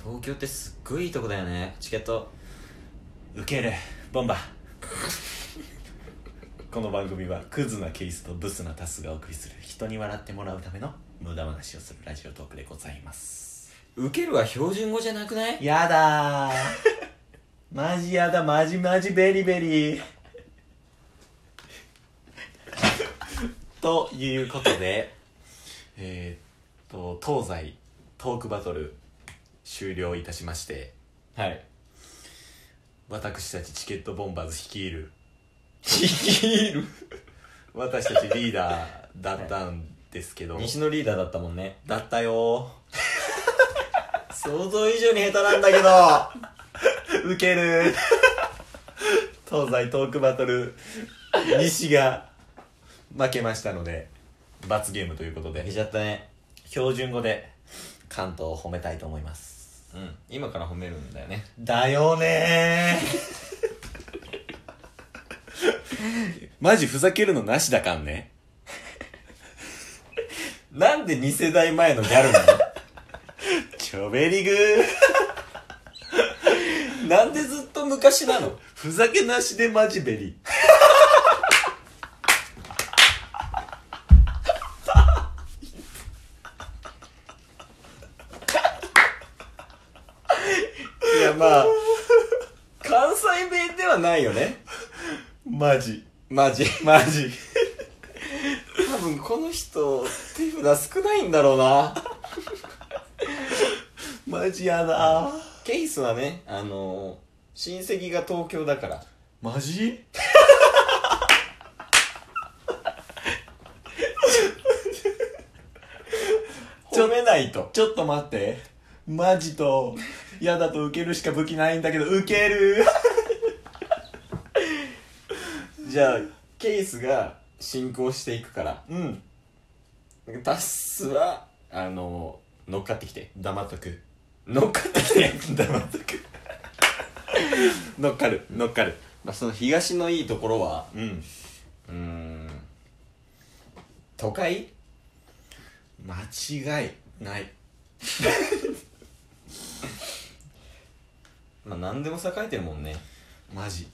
東京ってすっごいいいとこだよね。チケットウケるボンバこの番組はクズなケースとブスなタスがお送りする人に笑ってもらうための無駄話をするラジオトークでございます。 ウケるは標準語じゃなくない？ やだーマジやだ、マジベリベリということで東西トークバトル終了いたしまして、 はい。 私たちチケットボンバーズ率いるる私たちリーダーだったんですけど、 西のリーダーだったもんね。 だったよ想像以上に下手なんだけどウケる東西トークバトル西が負けましたので罰ゲームということ負けでちゃったね。 標準語で関東を褒めたいと思います。 うん。今から褒めるんだよね。 だよねマジふざけるのなしだかんね。 なんで2世代前のギャルなのちょべりぐーなんでずっと昔なの？ ふざけなしでマジベリいやまあ関西弁ではないよね。 マジマジ多分この人手札少ないんだろうな。 マジやだケイスはね、親戚が東京だからマジ褒めないと。 ちょっと待って、マジとやだとウケるしか武器ないんだけどウケるじゃあケイスが進行していくからうん、 タッスは乗っかってきて。 黙っとく乗っかってきて黙っとく乗っかるまあその東のいいところはうん都会。 間違いないまあ何でも栄えてるもんね。 マジ、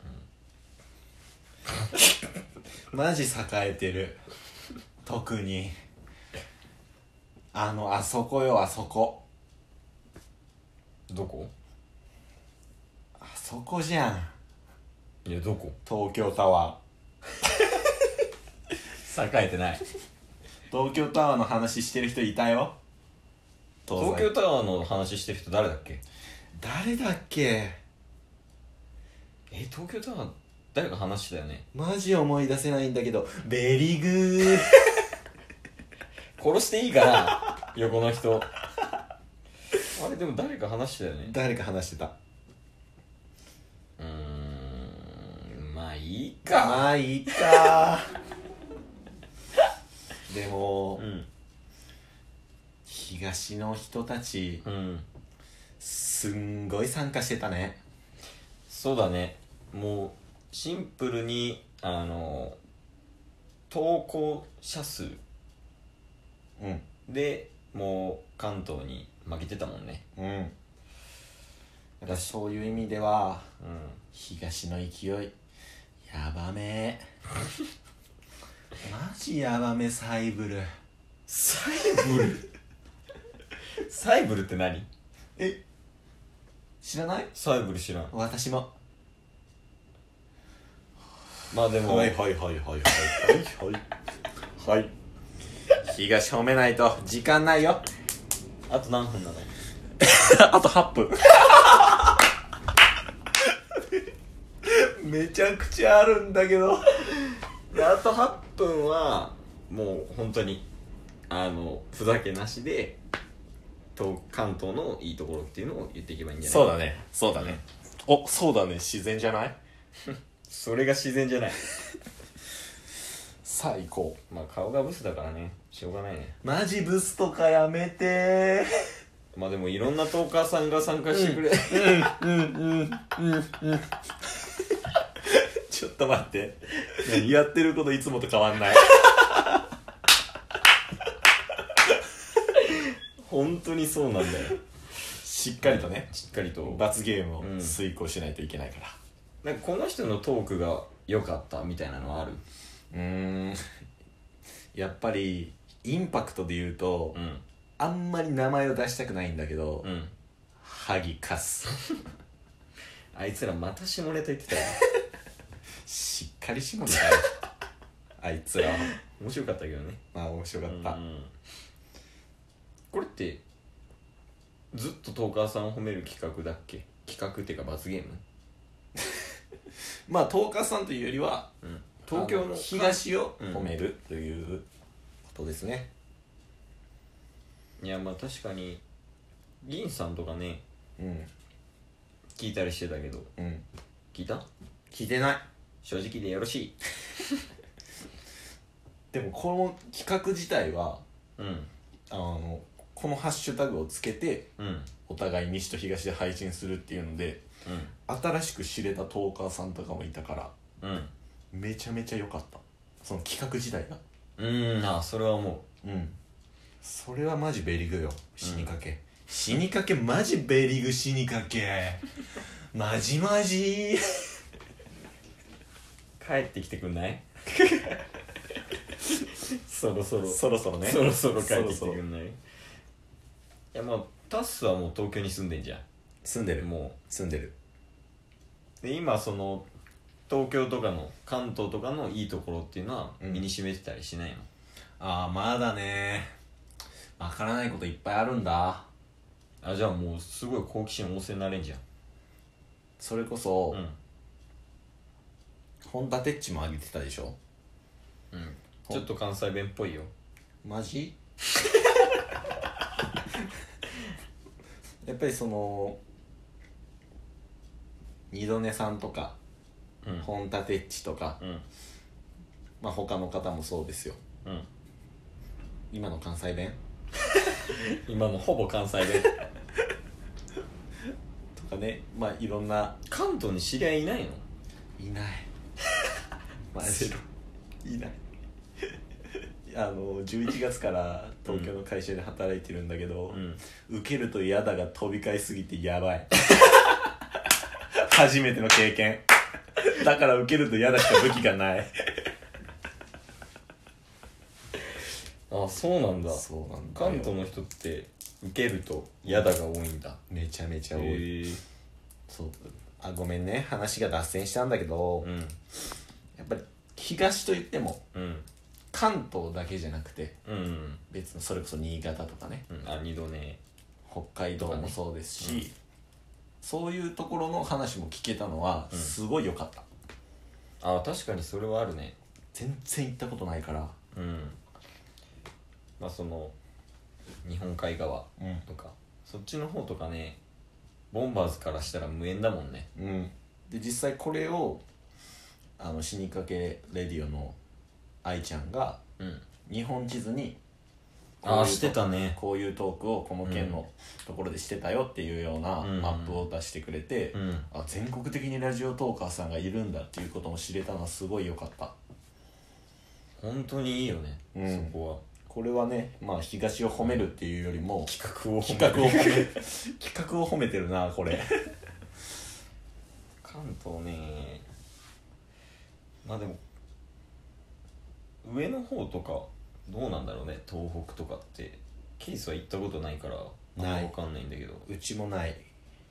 マジ栄えてる。特にあそこよ、あそこどこ？ あそこじゃん。 いやどこ？ 東京タワ栄えてない。 ー。東京タワーの話してる人いたよ。 東京タワーの話してる人誰だっけ？ 誰だっけ。 東京タワー誰か話してたよね。 マジ思い出せないんだけど。ベリグー殺していいかな横の人。あれでも誰か話してたよね。 誰か話してた。 まあいいか。 まあいいかでも、東の人たちすんごい参加してたね。 そうだね。もうシンプルに投稿者数でもう関東に負けてたもんね。 だからそういう意味では、東の勢いやばめマジやばめ。サイブルって何？ 知らない？ サイブル知らん。 私も。 まあでもはい東褒めないと時間ないよ。 あと何分なの？ あと8分めちゃくちゃあるんだけど。 あと8分はもう本当にふざけなしで関東のいいところっていうのを言っていけばいいんじゃない？ そうだねお、そうだね、自然じゃない？ それが自然じゃない。 最高。 まあ顔がブスだからね、しょうがないね。 マジブスとかやめてまあでもいろんなトーカーさんが参加してくれちょっと待って、やってることいつもと変わんない本当にそうなんだよ。 しっかりとね、 しっかりと罰ゲームを遂行しないといけないから、 なんかこの人のトークが良かったみたいなのはある？ やっぱりインパクトで言うと、 うんあんまり名前を出したくないんだけど、 うん萩カスあいつらまた下ネタ言ってたよしっかりしもんだよあいつらは。 面白かったけどね。 まあ面白かった、 これってずっとトーカーさんを褒める企画だっけ？企画っていうか罰ゲーム？ まあトーカーさんというよりは、 東京の東を褒めるということですね。 いやまあ確かに銀さんとかねうん聞いたりしてたけど、聞いた？ 聞いてない。 正直でよろしい。 でもこの企画自体はうんこのハッシュタグをつけてうんお互い西と東で配信するっていうので、新しく知れたトーカーさんとかもいたからめちゃめちゃ良かった、その企画自体が。 あそれは思それはマジベリグよ。死にかけ、死にかけマジベリグ死にかけマジマジ帰ってきてくんない？そろそろそろそろね、 そろそろ帰ってきてくんない？いやまあタッスはもう東京に住んでんじゃん。 住んでる、 も住んでる。 うで今その東京とかの関東とかのいいところっていうのは身に染めてたりしないの？ ああまだね、わからないこといっぱいあるんだ。 あじゃあもうすごい好奇心旺盛になれんじゃん。 それこそ、本田てっちもあげてたでしょ。 ちょっと関西弁っぽいよ。 マジやっぱりその二度寝さんとか、本田てっちとか、まあ他の方もそうですよ。今の関西弁今のほぼ関西弁とかね、まあいろんな。 関東に知り合いいないの？ いないマジいない11月から東京の会社で働いてるんだけど、受けると嫌だが飛び交いすぎてやばい初めての経験だから受けると嫌だしか武器がないあそうなんだ。 そうなんだ。 関東の人って受けると嫌だが多いんだ。 めちゃめちゃ多い。そうあごめんね話が脱線したんだけど、やっぱり東といっても、関東だけじゃなくて、別のそれこそ新潟とかね、 二度寝北海道もそうですし、そういうところの話も聞けたのはすごい良かった。 確かにそれはあるね。 全然行ったことないから。 まあその日本海側とか、そっちの方とかね、ボンバーズからしたら無縁だもんね。 で実際これを死にかけレディオの愛ちゃんが、日本地図にしてたね。 こういうトークをこの県のところでしてたよっていうようなマップを出してくれて、全国的にラジオトーカーさんがいるんだっていうことも知れたのはすごい良かった。 本当にいいよね、そこは。 これはね、まあ東を褒めるっていうよりも、 企画を褒めてるなこれ関東ね、まあでも上の方とかどうなんだろうね。東北とかってケースは行ったことないからあんま分かんないんだけど、 うちもない。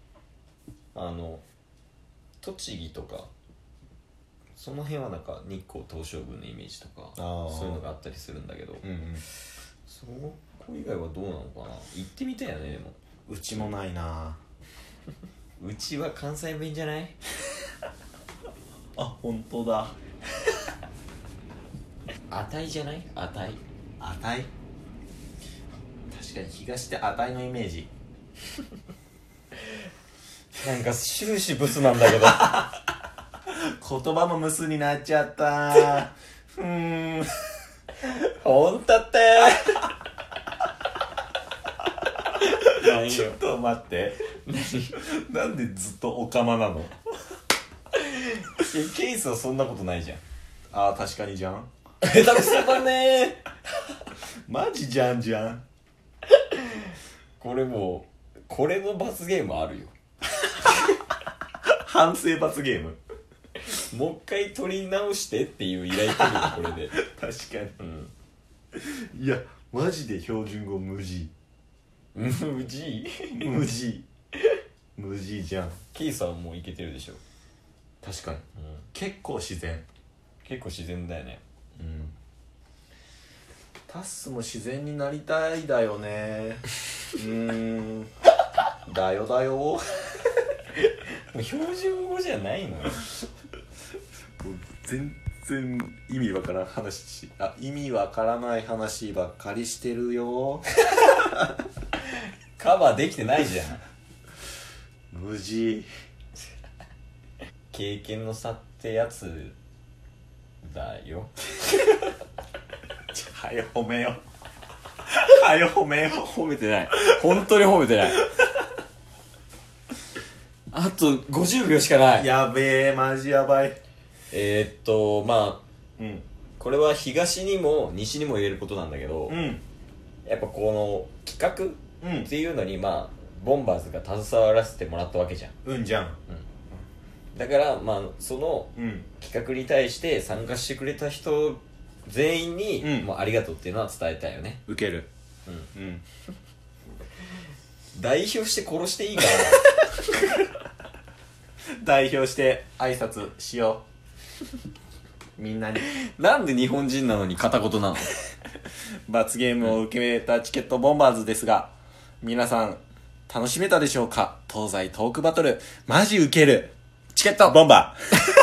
栃木とかその辺はなんか日光東照宮のイメージとかそういうのがあったりするんだけど、そこ以外はどうなのかな。行ってみたいよね。でもうちもないなうちは関西弁じゃない？ あ、本当だ。 あたいじゃない？あたい。 あたい。確かに東ってあたいのイメージ。 なんか終始ブスなんだけど。 言葉も無数になっちゃった。 ほんとってー。 ちょっと待って。なんでずっとオカマなの？ ケースはそんなことないじゃん。 あー確かにじゃん。 下手くそだねマジじゃんじゃん。 これもうこれの罰ゲームあるよ。 反省罰ゲーム。 もう一回撮り直してっていう依頼来るよこれで。 確かに。いやマジで標準語無字。 無事無字無字じゃん。 ケイさんもういけてるでしょ。 確かに、結構自然。 結構自然だよね。 タッスも自然になりたいだよね。だよだよ。 もう標準語じゃないのよ。 全然意味わからん話、意味わからない話ばっかりしてるよ。 カバーできてないじゃん。 無事。 経験の差ってやつだよ。 はよ褒めよ。はよ褒めよ。 褒めてない。本当に褒めてない。あと50秒しかない。 やべえ、マジやばい。 まあ、これは東にも西にも言えることなんだけど、やっぱこの企画っていうのにまあボンバーズが携わらせてもらったわけじゃん。 じゃん。 だからまあその企画に対して参加してくれた人全員にもうありがとうっていうのは伝えたいよね。 ウケる。 代表して殺していいかな。 代表して挨拶しよう。みんなに。 なんで日本人なのに片言なの。 罰ゲームを受けたチケットボンバーズですが、皆さん楽しめたでしょうか。東西トークバトルマジウケるチケットボンバー。